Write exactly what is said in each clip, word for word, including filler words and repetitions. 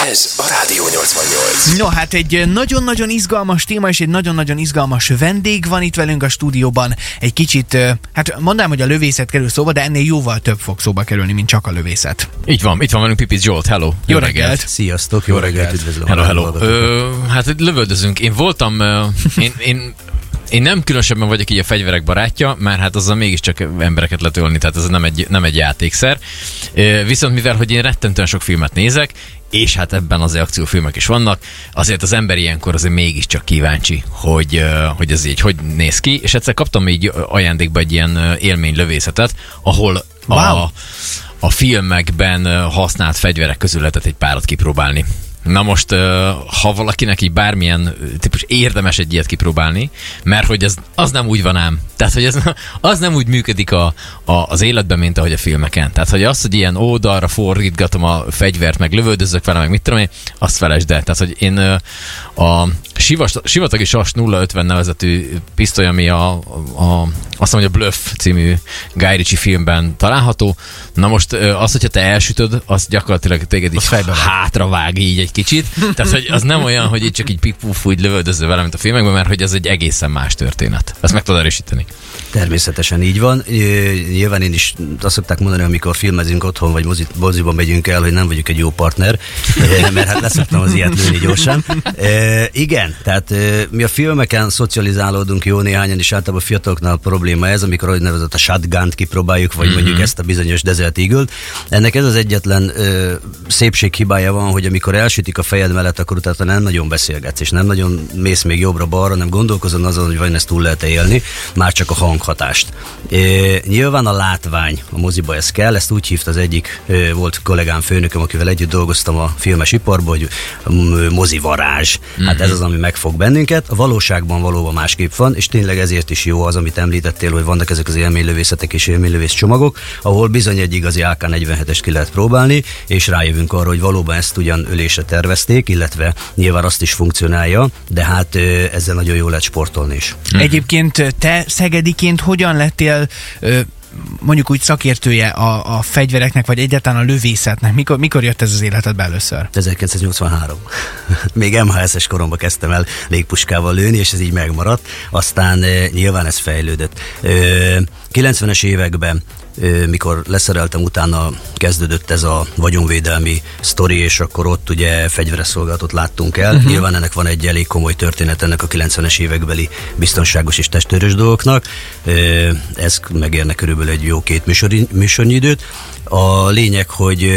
Ez a Rádió nyolcvannyolc. No, hát egy nagyon-nagyon izgalmas téma és egy nagyon-nagyon izgalmas vendég van itt velünk a stúdióban. Egy kicsit, hát mondanám, hogy a lövészet kerül szóba, de ennél jóval több fog szóba kerülni, mint csak a lövészet. Így van, itt van velünk Pipic Zsolt, hello. Jó, jó reggelt. reggelt. Sziasztok, jó, jó reggelt, reggelt. Üdvözlöm. Hello, hello. Ö, hát lövöldözünk. Én voltam, én, én Én nem különösebben vagyok így a fegyverek barátja, mert hát azzal mégiscsak embereket lehet ölni, tehát ez nem egy, nem egy játékszer. Viszont mivel, hogy én rettentően sok filmet nézek, és hát ebben azért akciófilmek is vannak, azért az ember ilyenkor azért mégiscsak kíváncsi, hogy, hogy ez így hogy néz ki, és egyszer kaptam így ajándékba egy ilyen élménylövészetet, ahol wow. a, a filmekben használt fegyverek közül lehetett egy párat kipróbálni. Na most, ha valakinek így bármilyen típus érdemes egy ilyet kipróbálni, mert hogy az, az nem úgy van ám. Tehát, hogy az, az nem úgy működik a, a, az életben, mint ahogy a filmeken. Tehát, hogy az, hogy ilyen oldalra fordítgatom a fegyvert, meg lövöldözök vele, meg mit tudom én, azt felejtsd el. Tehát, hogy én a Sivas, Sivatagi Sas nulla ötven nevezetű pisztoly, ami a, a, azt mondom, hogy a Bluff című Guy Ritchie filmben található. Na most az, hogyha te elsütöd, az gyakorlatilag téged így hátra vág így egy kicsit. Tehát, hogy az nem olyan, hogy így csak így pip-puf úgy lövöldöző vele, mint a filmekben, mert hogy ez egy egészen más történet. Ezt meg tudod erősíteni. Természetesen így van. Nyilván én is azt szokták mondani, amikor filmezünk otthon, vagy moziban megyünk el, hogy nem vagyok egy jó partner, mert hát leszoktam az ilyet lőni gyorsan. E, igen, tehát mi a filmeken szocializálódunk jó néhányan, és általában a fiataloknál a probléma ez, amikor ahogy nevezett a shotgunt kipróbáljuk, vagy mm-hmm. mondjuk ezt a bizonyos Desert Eagle-t. Ennek ez az egyetlen ö, szépség hibája van, hogy amikor elsütik a fejed mellett, akkor utána nem nagyon beszélgetsz, és nem nagyon mész még jobbra-balra, nem gondolkozol azon, hogy vajon ezt túl lehet élni, már csak a hanghatást. E, nyilván a látvány, a moziba ez kell, ezt úgy hívta az egyik e, volt kollégám, főnököm, akivel együtt dolgoztam a filmes iparban, hogy mozivarázs. Mm-hmm. Hát ez az, ami megfog bennünket. A valóságban valóban másképp van, és tényleg ezért is jó az, amit említettél, hogy vannak ezek az élménylövészetek és élménylövész csomagok, ahol bizony egy igazi á ká negyvenhetest ki lehet próbálni, és rájövünk arra, hogy valóban ezt ugyan ölésre tervezték, illetve nyilván azt is funkcionálja, de hát ezzel nagyon jól lehet sportolni is. Mm. Egyébként te szegediként hogyan lettél ö, mondjuk úgy szakértője a, a fegyvereknek, vagy egyáltalán a lövészetnek? Mikor, mikor jött ez az életedbe először? ezerkilencszáznyolcvanhárom. Még em há es-es koromban kezdtem el légpuskával lőni, és ez így megmaradt. Aztán e, nyilván ez fejlődött. E, kilencvenes években, e, mikor leszereltem, utána kezdődött ez a vagyonvédelmi sztori, és akkor ott ugye fegyveres szolgálatot láttunk el. Uh-huh. Nyilván ennek van egy elég komoly történet ennek a kilencvenes évekbeli biztonságos és testőrös dolgoknak. E, ez megérne körülbelül egy jó két műsori, műsornyi időt. A lényeg, hogy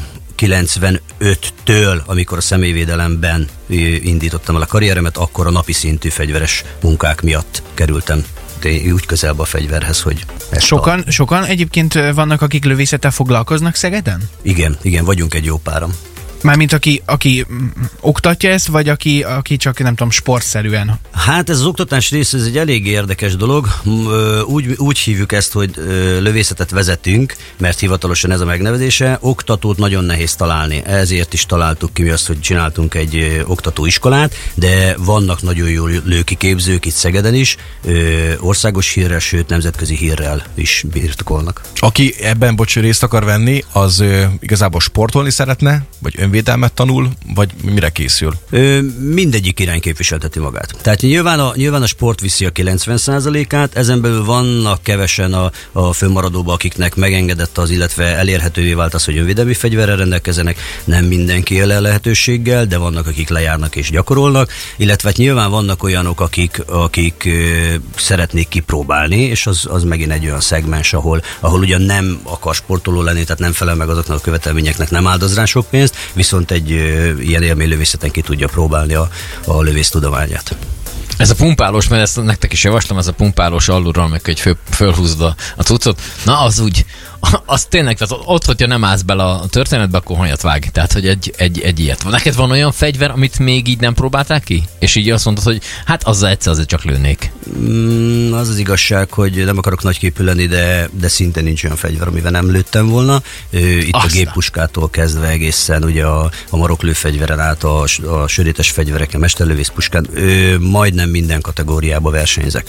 kilencvenöttől, amikor a személyvédelemben indítottam el a karrieremet, akkor a napi szintű fegyveres munkák miatt kerültem úgy közelbe a fegyverhez, hogy... Sokan, a... sokan egyébként vannak, akik lövészettel foglalkoznak Szegeden? Igen, igen, vagyunk egy jó páran. Mármint aki, aki oktatja ezt, vagy aki, aki csak nem tudom, sportszerűen? Hát ez az oktatás rész, ez egy elég érdekes dolog. Úgy, úgy hívjuk ezt, hogy lövészetet vezetünk, mert hivatalosan ez a megnevezése. Oktatót nagyon nehéz találni. Ezért is találtuk ki mi azt, hogy csináltunk egy oktatóiskolát, de vannak nagyon jó lőkiképzők itt Szegeden is, országos hírrel, sőt nemzetközi hírrel is birtokolnak. Aki ebben, bocs, részt akar venni, az igazából sportolni szeretne, vagy önvédelmet tanul, vagy mire készül? Ö, mindegyik irány képviselteti magát. Tehát nyilván a, nyilván a sport viszi a kilencven százalékát, ezen belül vannak kevesen a, a fönnmaradóba, akiknek megengedett az, illetve elérhetővé vált az, hogy önvédelmi fegyverrel rendelkezenek. Nem mindenki él el lehetőséggel, de vannak, akik lejárnak és gyakorolnak, illetve nyilván vannak olyanok, akik, akik ö, szeretnék kipróbálni, és az, az megint egy olyan szegmens, ahol, ahol ugyan nem akar sportoló lenni, tehát nem felel meg azoknak a követelményeknek, nem áldoz rá sok pénzt, viszont egy ö, ilyen élménylövészeten ki tudja próbálni a, a lövész tudományát. Ez a pumpálós, mert ezt nektek is javaslom, ez a pumpálós alulról, meg hogy föl, fölhúzd a, a cuccot, na az úgy, az tényleg, tehát ott, hogyha nem állsz bele a történetbe, akkor hanyat vág. Tehát, hogy egy, egy, egy ilyet. Neked van olyan fegyver, amit még így nem próbálták ki? És így azt mondod, hogy hát azzal egyszer azért csak lőnék. Mm, az az igazság, hogy nem akarok nagyképű lenni, de, de szinte nincs olyan fegyver, amivel nem lőttem volna. Itt Aztán. a géppuskától kezdve egészen ugye a, a maroklőfegyveren át a, a sörétes fegyvereken, mesterlövészpuskán, majdnem minden kategóriába versenyzek.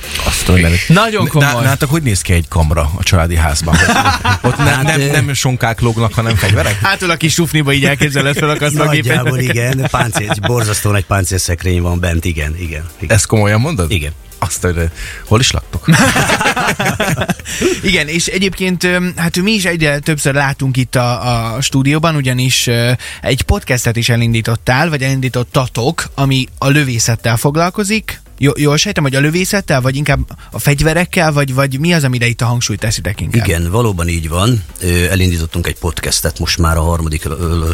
Azt tudom, Nagyon komoly. Na, nálatok hogy néz ki egy kamra a családi házban? Ott, ott ne, nem, nem sonkák lógnak, hanem fegyverek? Hátul a kis sufniba így elképzeled fel a Nagyjából igen, páncél, borzasztó nagy páncélszekrény van bent, igen, igen. igen. Ezt komolyan mondod? Igen. Azt, hogy hol is laktok? Igen, és egyébként hát mi is egyre többször látunk itt a, a stúdióban, ugyanis egy podcastet is elindítottál, vagy elindítottatok, ami a lövészettel foglalkozik. Jól sejtem, hogy a lövészettel, vagy inkább a fegyverekkel, vagy, vagy mi az, amire itt a hangsúlyt teszitek inkább? Igen, valóban így van. Elindítottunk egy podcastet, most már a harmadik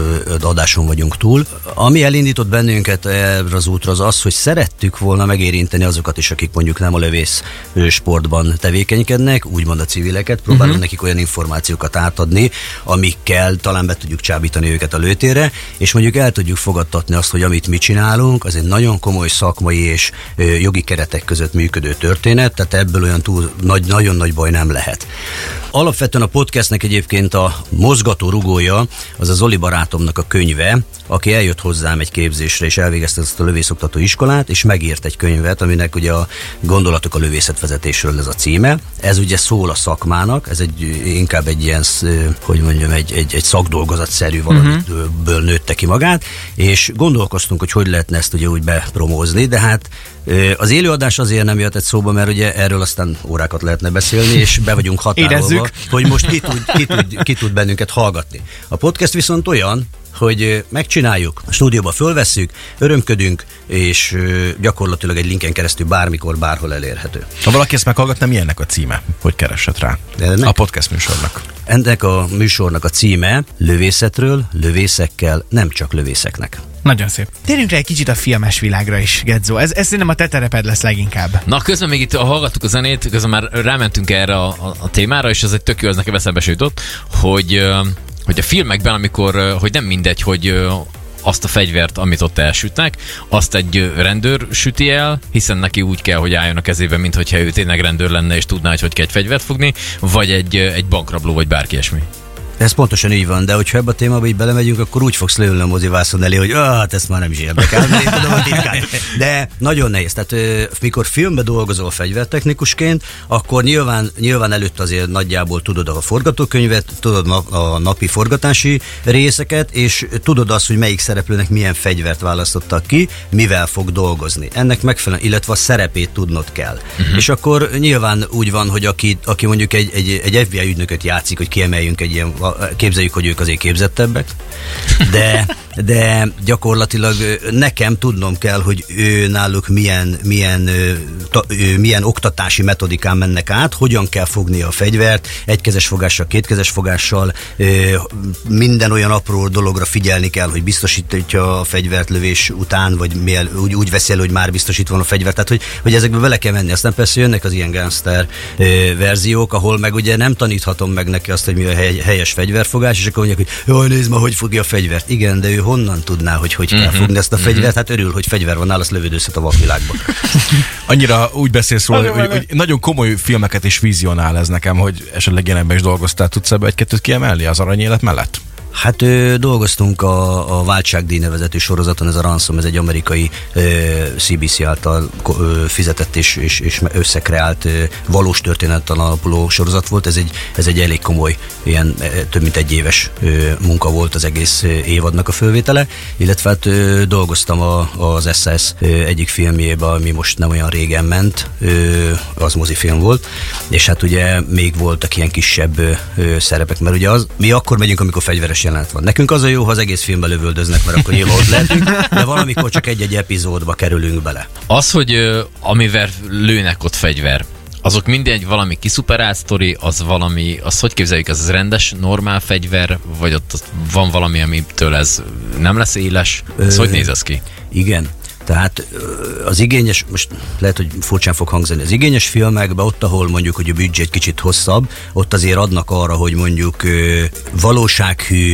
adáson vagyunk túl. Ami elindított bennünket erre az útra az az, hogy szerettük volna megérinteni azokat is, akik mondjuk nem a lövész sportban tevékenykednek, úgymond a civileket, próbálunk uh-huh. nekik olyan információkat átadni, amikkel talán be tudjuk csábítani őket a lőtérre, és mondjuk el tudjuk fogadtatni azt, hogy amit mi csinálunk, az egy nagyon komoly szakmai és jogi keretek között működő történet, tehát ebből olyan túl nagy, nagyon nagy baj nem lehet. Alapvetően a podcastnek egyébként a mozgató rugója az a Zoli barátomnak a könyve, aki eljött hozzám egy képzésre, és elvégezte ezt a lövészoktató iskolát, és megírt egy könyvet, aminek ugye a gondolatok a lövészetvezetésről ez a címe. Ez ugye szól a szakmának, ez egy inkább egy ilyen, hogy mondjam, egy, egy, egy szakdolgozatszerű valamiből uh-huh. nőtte ki magát, és gondolkoztunk, hogy hogy lehetne ezt ugye úgy bepromózni, de hát az élőadás azért nem jöhetett szóba, mert ugye erről aztán órákat lehetne beszélni, és be vagyunk határolva, hogy most ki tud, ki, tud, ki tud bennünket hallgatni. A podcast viszont olyan, hogy megcsináljuk, a stúdióba fölvesszük, örömködünk, és gyakorlatilag egy linken keresztül bármikor, bárhol elérhető. Ha valaki ezt meghallgatna, mi ennek a címe? Hogy keresett rá? Ennek? A podcast műsornak. Ennek a műsornak a címe lövészetről, lövészekkel, nem csak lövészeknek. Nagyon szép. Térjünk rá egy kicsit a filmes világra is, Gedzo. Ez, ez szerintem a te tereped lesz leginkább. Na, közben még itt hallgattuk a zenét, közben már rámentünk erre a, a, a témára, és ez egy tök jó, ez nekem eszembe se jutott, hogy, hogy a filmekben, amikor, hogy nem mindegy, hogy azt a fegyvert, amit ott elsütnek, azt egy rendőr süti el, hiszen neki úgy kell, hogy álljon a kezében, mint hogyha ő tényleg rendőr lenne, és tudná, hogy hogy kell egy fegyvert fogni, vagy egy, egy bankrabló, vagy bárki ilyesmi. Ez pontosan így van, de hogyha ebbe a témába így belemegyünk, akkor úgy fogsz leülni a mozivászon elé, hogy ah, hát ezt már nem is érdekel, mert én tudom a titkát. De nagyon nehéz. Tehát ö, mikor filmbe dolgozol fegyvertechnikusként, akkor nyilván, nyilván előtt azért nagyjából tudod a forgatókönyvet, tudod a napi forgatási részeket, és tudod azt, hogy melyik szereplőnek milyen fegyvert választottak ki, mivel fog dolgozni. Ennek megfelelően, illetve a szerepét tudnod kell. Uh-huh. És akkor nyilván úgy van, hogy aki, aki mondjuk egy, egy, egy ef bé i ügynököt játszik, hogy kiemeljünk egy ilyen, képzeljük, hogy ők azért képzettebbek, de, de gyakorlatilag nekem tudnom kell, hogy ő náluk milyen, milyen, ta, milyen oktatási metodikán mennek át, hogyan kell fogni a fegyvert, egykezes fogással, kétkezes fogással, minden olyan apró dologra figyelni kell, hogy biztosítja a fegyvert lövés után, vagy miel, úgy, úgy veszi el, hogy már biztosítva van a fegyvert, tehát hogy, hogy ezekbe bele kell menni. Aztán persze jönnek az ilyen gangster verziók, ahol meg ugye nem taníthatom meg neki azt, hogy mi a helyes fegyverfogás, és akkor mondják, hogy jaj, nézd ma, hogy fogja a fegyvert. Igen, de ő honnan tudná, hogy hogy kell uh-huh. fogni ezt a fegyvert? Hát örül, hogy fegyver van nála, azt lövődőzhet a vakvilágban. Annyira úgy beszélsz róla, hogy, hogy nagyon komoly filmeket is vizionál ez nekem, hogy esetleg ilyenekben is dolgoztál. Tudsz ebbe egy-kettőt kiemelni az Aranyélet mellett? Hát ö, dolgoztunk a, a Váltságdíj nevezetű sorozaton, ez a Ransom, ez egy amerikai ö, cé bé cé által ö, fizetett és, és, és összekreált ö, valós történeten alapuló sorozat volt. Ez egy, ez egy elég komoly, ilyen több mint egy éves ö, munka volt az egész évadnak a fölvétele, illetve hát ö, dolgoztam a, az es á es ö, egyik filmjében, ami most nem olyan régen ment, ö, az mozifilm volt, és hát ugye még voltak ilyen kisebb ö, ö, szerepek, mert ugye az, mi akkor megyünk, amikor fegyveres jelenet van. Nekünk az a jó, ha az egész filmben lövöldöznek, mert akkor nyilván ott lehetünk, de valamikor csak egy-egy epizódba kerülünk bele. Az, hogy ö, amivel lőnek ott fegyver, azok mindegy valami kiszuperált sztori, az valami, az hogy képzeljük, az, az rendes, normál fegyver, vagy ott van valami, amitől ez nem lesz éles? Ez Ö, hogy néz ez ki? Igen. Tehát az igényes, most lehet, hogy furcsán fog hangzani, az igényes filmekben ott, ahol mondjuk, hogy a büdzsé egy kicsit hosszabb, ott azért adnak arra, hogy mondjuk valósághű,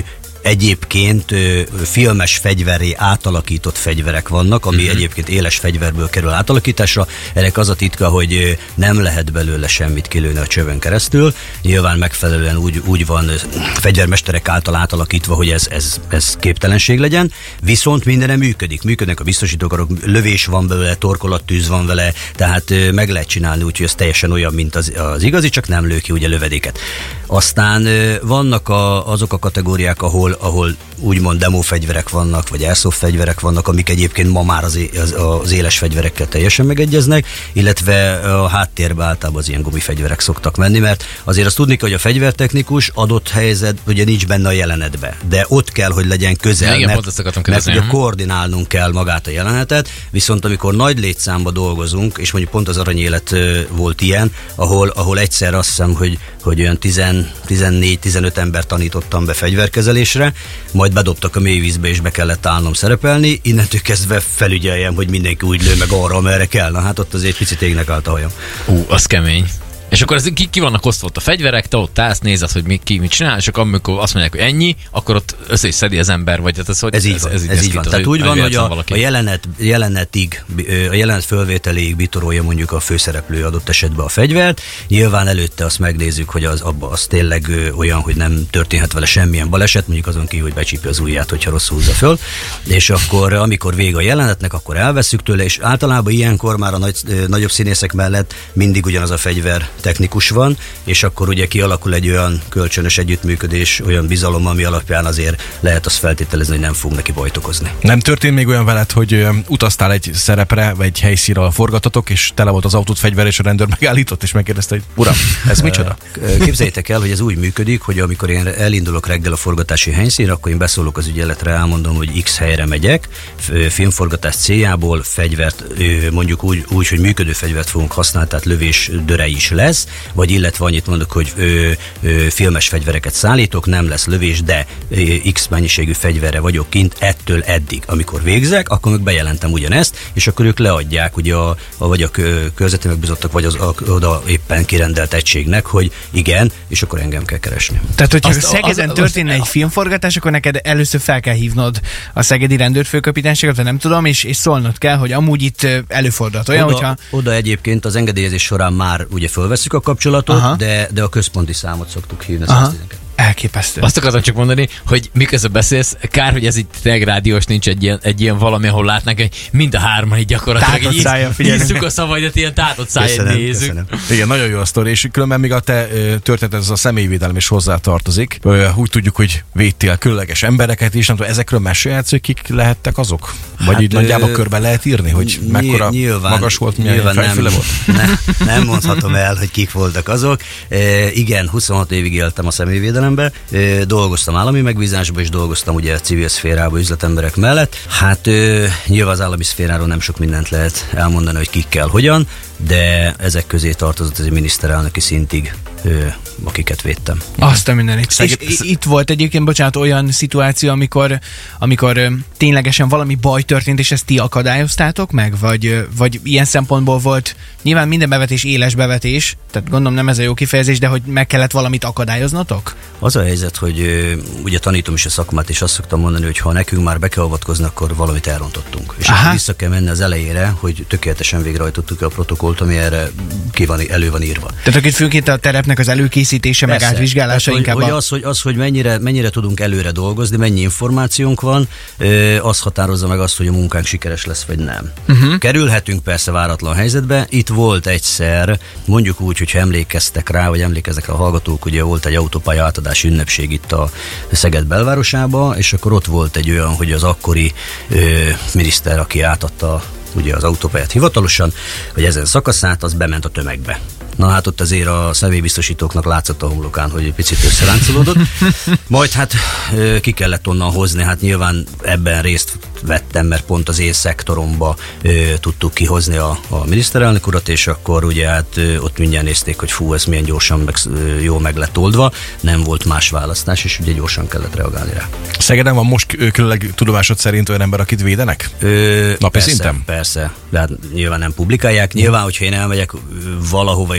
egyébként ö, filmes fegyverré átalakított fegyverek vannak, ami uh-huh. egyébként éles fegyverből kerül átalakításra. Ennek az a titka, hogy ö, nem lehet belőle semmit kilőni a csövön keresztül. Nyilván megfelelően úgy, úgy van fegyvermesterek által átalakítva, hogy ez, ez, ez képtelenség legyen, viszont mindenre működik. Működnek a biztosítókarok, lövés van belőle, torkolattűz van vele, tehát ö, meg lehet csinálni, úgyhogy ez teljesen olyan, mint az, az igazi, csak nem lő ki ugye lövedéket. Aztán ö, vannak a, azok a kategóriák, ahol, ahol úgymond demófegyverek vannak, vagy airsoft fegyverek vannak, amik egyébként ma már az, az, az éles fegyverekkel teljesen megegyeznek, illetve a háttérbe általában az ilyen gumifegyverek szoktak menni, mert azért azt tudni kell, hogy a fegyvertechnikus adott helyzet ugye nincs benne a jelenetbe, de ott kell, hogy legyen közel, igen, mert, mert ugye koordinálnunk kell magát a jelenetet, viszont amikor nagy létszámba dolgozunk, és mondjuk pont az Aranyélet volt ilyen, ahol, ahol egyszer azt hiszem, hogy, hogy olyan tizennégy-tizenöt ember tanítottam be fegyverkezelésre, majd bedobtak a mélyvízbe, és be kellett állnom szerepelni, innentől kezdve felügyeljem, hogy mindenki úgy lő meg arra, amerre kell. Na hát ott azért picit égnek állt a hajam. Ú, az kemény. És akkor ez, ki, ki vannak osztva ott a fegyverek, te ott állsz, nézed, hogy mi, ki mit csinál, és akkor amikor azt mondják, hogy ennyi, akkor ott össze is szedi az ember, vagy hát ez, hogy ez így van. Ez, ez, ez így van. Az, tehát úgy van, hogy a, a jelenet, jelenetig, a jelenet fölvételéig bitorolja mondjuk a főszereplő adott esetben a fegyvert. Nyilván előtte azt megnézzük, hogy az, abba, az tényleg olyan, hogy nem történhet vele semmilyen baleset, mondjuk azon kívül, hogy becsípi az ujját, hogyha rosszul húzza föl. És akkor, amikor vége a jelenetnek, akkor elveszük tőle, és általában ilyenkor már a nagy, nagyobb színészek mellett mindig ugyanaz a fegyver technikus van, és akkor ugye kialakul egy olyan kölcsönös együttműködés, olyan bizalom, ami alapján azért lehet azt feltételezni, hogy nem fog neki bajt okozni. Nem történt még olyan veled, hogy ö, utaztál egy szerepre, vagy egy helyszínre, ahol forgatatok, és tele volt az autót fegyver, és a rendőr megállított, és megkérdezte, hogy uram, ez micsoda? Képzeljétek el, hogy ez úgy működik, hogy amikor én elindulok reggel a forgatási helyszínre, akkor én beszólok az ügyeletre, elmondom, hogy X helyre megyek, filmforgatás céljából fegyvert, mondjuk úgy, úgy, hogy működő fegyvert fogunk használni, tehát lövés döre is lesz, vagy illetve annyit mondok, hogy ö, ö, filmes fegyvereket szállítok, nem lesz lövés, de ö, X mennyiségű fegyverre vagyok kint ettől eddig. Amikor végzek, akkor meg bejelentem ugyanezt, és akkor ők leadják ugye a, a vagy a körzeti megbízottak, vagy az a, oda éppen kirendelt egységnek, hogy igen, és akkor engem kell keresni. Tehát, hogyha azt, Szegeden az, történne az, egy filmforgatás, akkor neked először fel kell hívnod a szegedi rendőrfőkapitányságot, nem tudom, és, és szólnod kell, hogy amúgy itt előfordult olyan, oda, hogyha... Oda egyébként az engedélyezés során már ugye fölveszük a kapcsolatot, de, de a központi számot szoktuk hívni. Elképesztő. Azt akartam csak mondani, hogy miközben beszélsz, kár, hogy ez itt tényleg rádiós, nincs egy ilyen, egy ilyen valami, ahol látnánk, hogy mind a hárman így gyakorlatilag így hiszük a szavaidat, ilyen tátott száját nézzük. Igen, nagyon jó a sztori, és különben még a te történeted, ez a személyvédelem is hozzá tartozik. Úgy tudjuk, hogy védtél különleges embereket is, nem tudom, ezekről mesélhetsz, hogy kik lehettek azok? Vagy hát, így ö... nagyjából körben lehet írni, hogy mekkora nyilván, magas volt, milyen fejfüle volt? Nem, nem mondhatom el, hogy kik voltak azok. E, igen, huszonhat évig éltem a személyvédelembe, e, dolgoztam állami megbízásban, és dolgoztam ugye civil szférában üzletemberek mellett. Hát e, nyilván az állami szféráról nem sok mindent lehet elmondani, hogy kikkel, hogyan, de ezek közé tartozott ez egy miniszterelnöki szintig, e, akiket védtem. Azt a mindenit. És itt volt egyébként, bocsánat, olyan szituáció, amikor, amikor ténylegesen valami baj történt, és ezt ti akadályoztátok meg? Vagy, vagy ilyen szempontból volt, nyilván minden bevetés éles bevetés, tehát gondolom nem ez a jó kifejezés, de hogy meg kellett valamit akadályoznotok? Az a helyzet, hogy ugye tanítom is a szakmát, és azt szoktam mondani, hogy ha nekünk már be kell avatkozni, akkor valamit elrontottunk. És akkor vissza kell menni az elejére, hogy tökéletesen végrehajtottuk a protokollt, ami erre ki van, elő van írva. Tehát itt főként a terepnek az előkészítése, persze, meg átvizsgálása tehát, inkább. Hogy, a... hogy az, hogy, az, hogy mennyire, mennyire tudunk előre dolgozni, mennyi információnk van, az határozza meg azt, hogy a munkánk sikeres lesz, vagy nem. Uh-huh. Kerülhetünk persze váratlan helyzetbe. Itt volt egyszer, mondjuk úgy, hogyha emlékeztek rá, vagy emlékeznek rá a hallgatók, ugye volt egy autópálya átadási ünnepség itt a Szeged belvárosába, és akkor ott volt egy olyan, hogy az akkori ö, miniszter, aki átadta ugye az autópályát hivatalosan, hogy ezen szakaszát, az bement a tömegbe. Na hát ott azért a személybiztosítóknak látszott a homlokán, hogy egy picit összeráncolódott. Majd hát ki kellett onnan hozni, hát nyilván ebben részt vettem, mert pont az én szektoromba tudtuk kihozni a, a miniszterelnök urat, és akkor ugye hát ott mindjárt nézték, hogy fú, ez milyen gyorsan meg, jól meg lett oldva, nem volt más választás, és ugye gyorsan kellett reagálni rá. Szegeden van most különleg tudomásod szerint olyan ember, akit védenek? Ö, Napi persze, szinten? Persze, de hát nyilván nem publikálják. Nyilván, hogyha én elmegyek valahova, és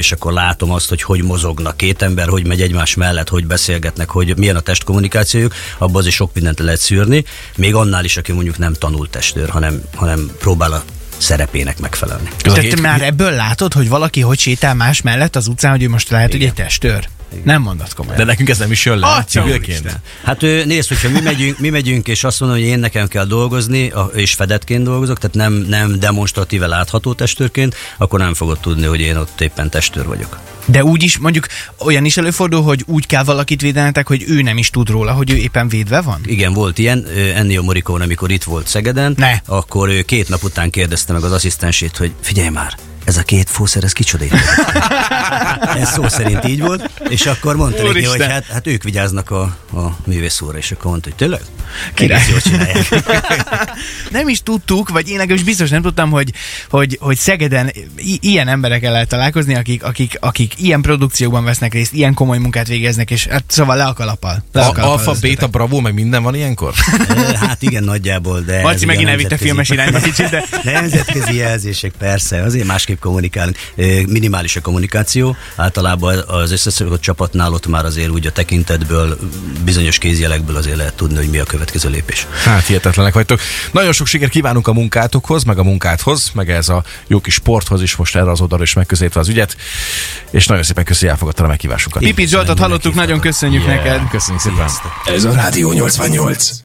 és akkor látom azt, hogy hogy mozognak két ember, hogy megy egymás mellett, hogy beszélgetnek, hogy milyen a testkommunikációjuk, abban azért sok mindent lehet szűrni, még annál is, aki mondjuk nem tanult testőr, hanem, hanem próbál a szerepének megfelelni. Tehát te már ebből látod, hogy valaki hogy sétál más mellett az utcán, hogy ő most lehet, hogy egy testőr? Igen. Nem mondod komolyan. De nekünk ez nem is jön le. Atya úristen. Hát nézd, hogyha mi megyünk, mi megyünk, és azt mondom, hogy én nekem kell dolgozni, és fedetként dolgozok, tehát nem, nem demonstratíve látható testőrként, akkor nem fogod tudni, hogy én ott éppen testőr vagyok. De úgy is, mondjuk olyan is előfordul, hogy úgy kell valakit védenetek, hogy ő nem is tud róla, hogy ő éppen védve van? Igen, volt ilyen. Ennio Morricone, amikor itt volt Szegeden, ne. akkor két nap után kérdezte meg az asszisztensét, hogy figyelj már, ez a két fószer, ez kicsoda? Ez szó szerint így volt, és akkor mondta neki, hogy hát, hát ők vigyáznak a, a művészúrra, és akkor mondta, hogy tényleg? Király. Jól csinálják. Nem is tudtuk, vagy én legalábbis biztos nem tudtam, hogy, hogy, hogy Szegeden i- ilyen emberekkel lehet találkozni, akik, akik, akik ilyen produkciókban vesznek részt, ilyen komoly munkát végeznek, és hát szóval le a kalappal. Le a kalappal Alfa, Beta, Bravo, meg minden van ilyenkor? Hát igen, nagyjából, de... Marci megint elvitte filmes irányba kicsit, de... Nemzetközi jelzések, persze, azért másképp kommunikálunk. Minimális a kommunikáció, általában az összeszokott csapatnál ott már azért úgy a tekintetből, bizonyos kézjelekből azért lehet tudni, hogy mi a következő lépés. Hát hihetetlenek vagytok. Nagyon sok sikert kívánunk a munkátokhoz, meg a munkádhoz, meg ez a jó kis sporthoz is most erre az oldalra is megközelítve az ügyet, és nagyon szépen köszi, elfogadta a meghívásunkat. Pipit Zsoltot hallottuk, nagyon köszönjük yeah. neked. Köszönjük szépen. Ez a Rádió nyolcvannyolc.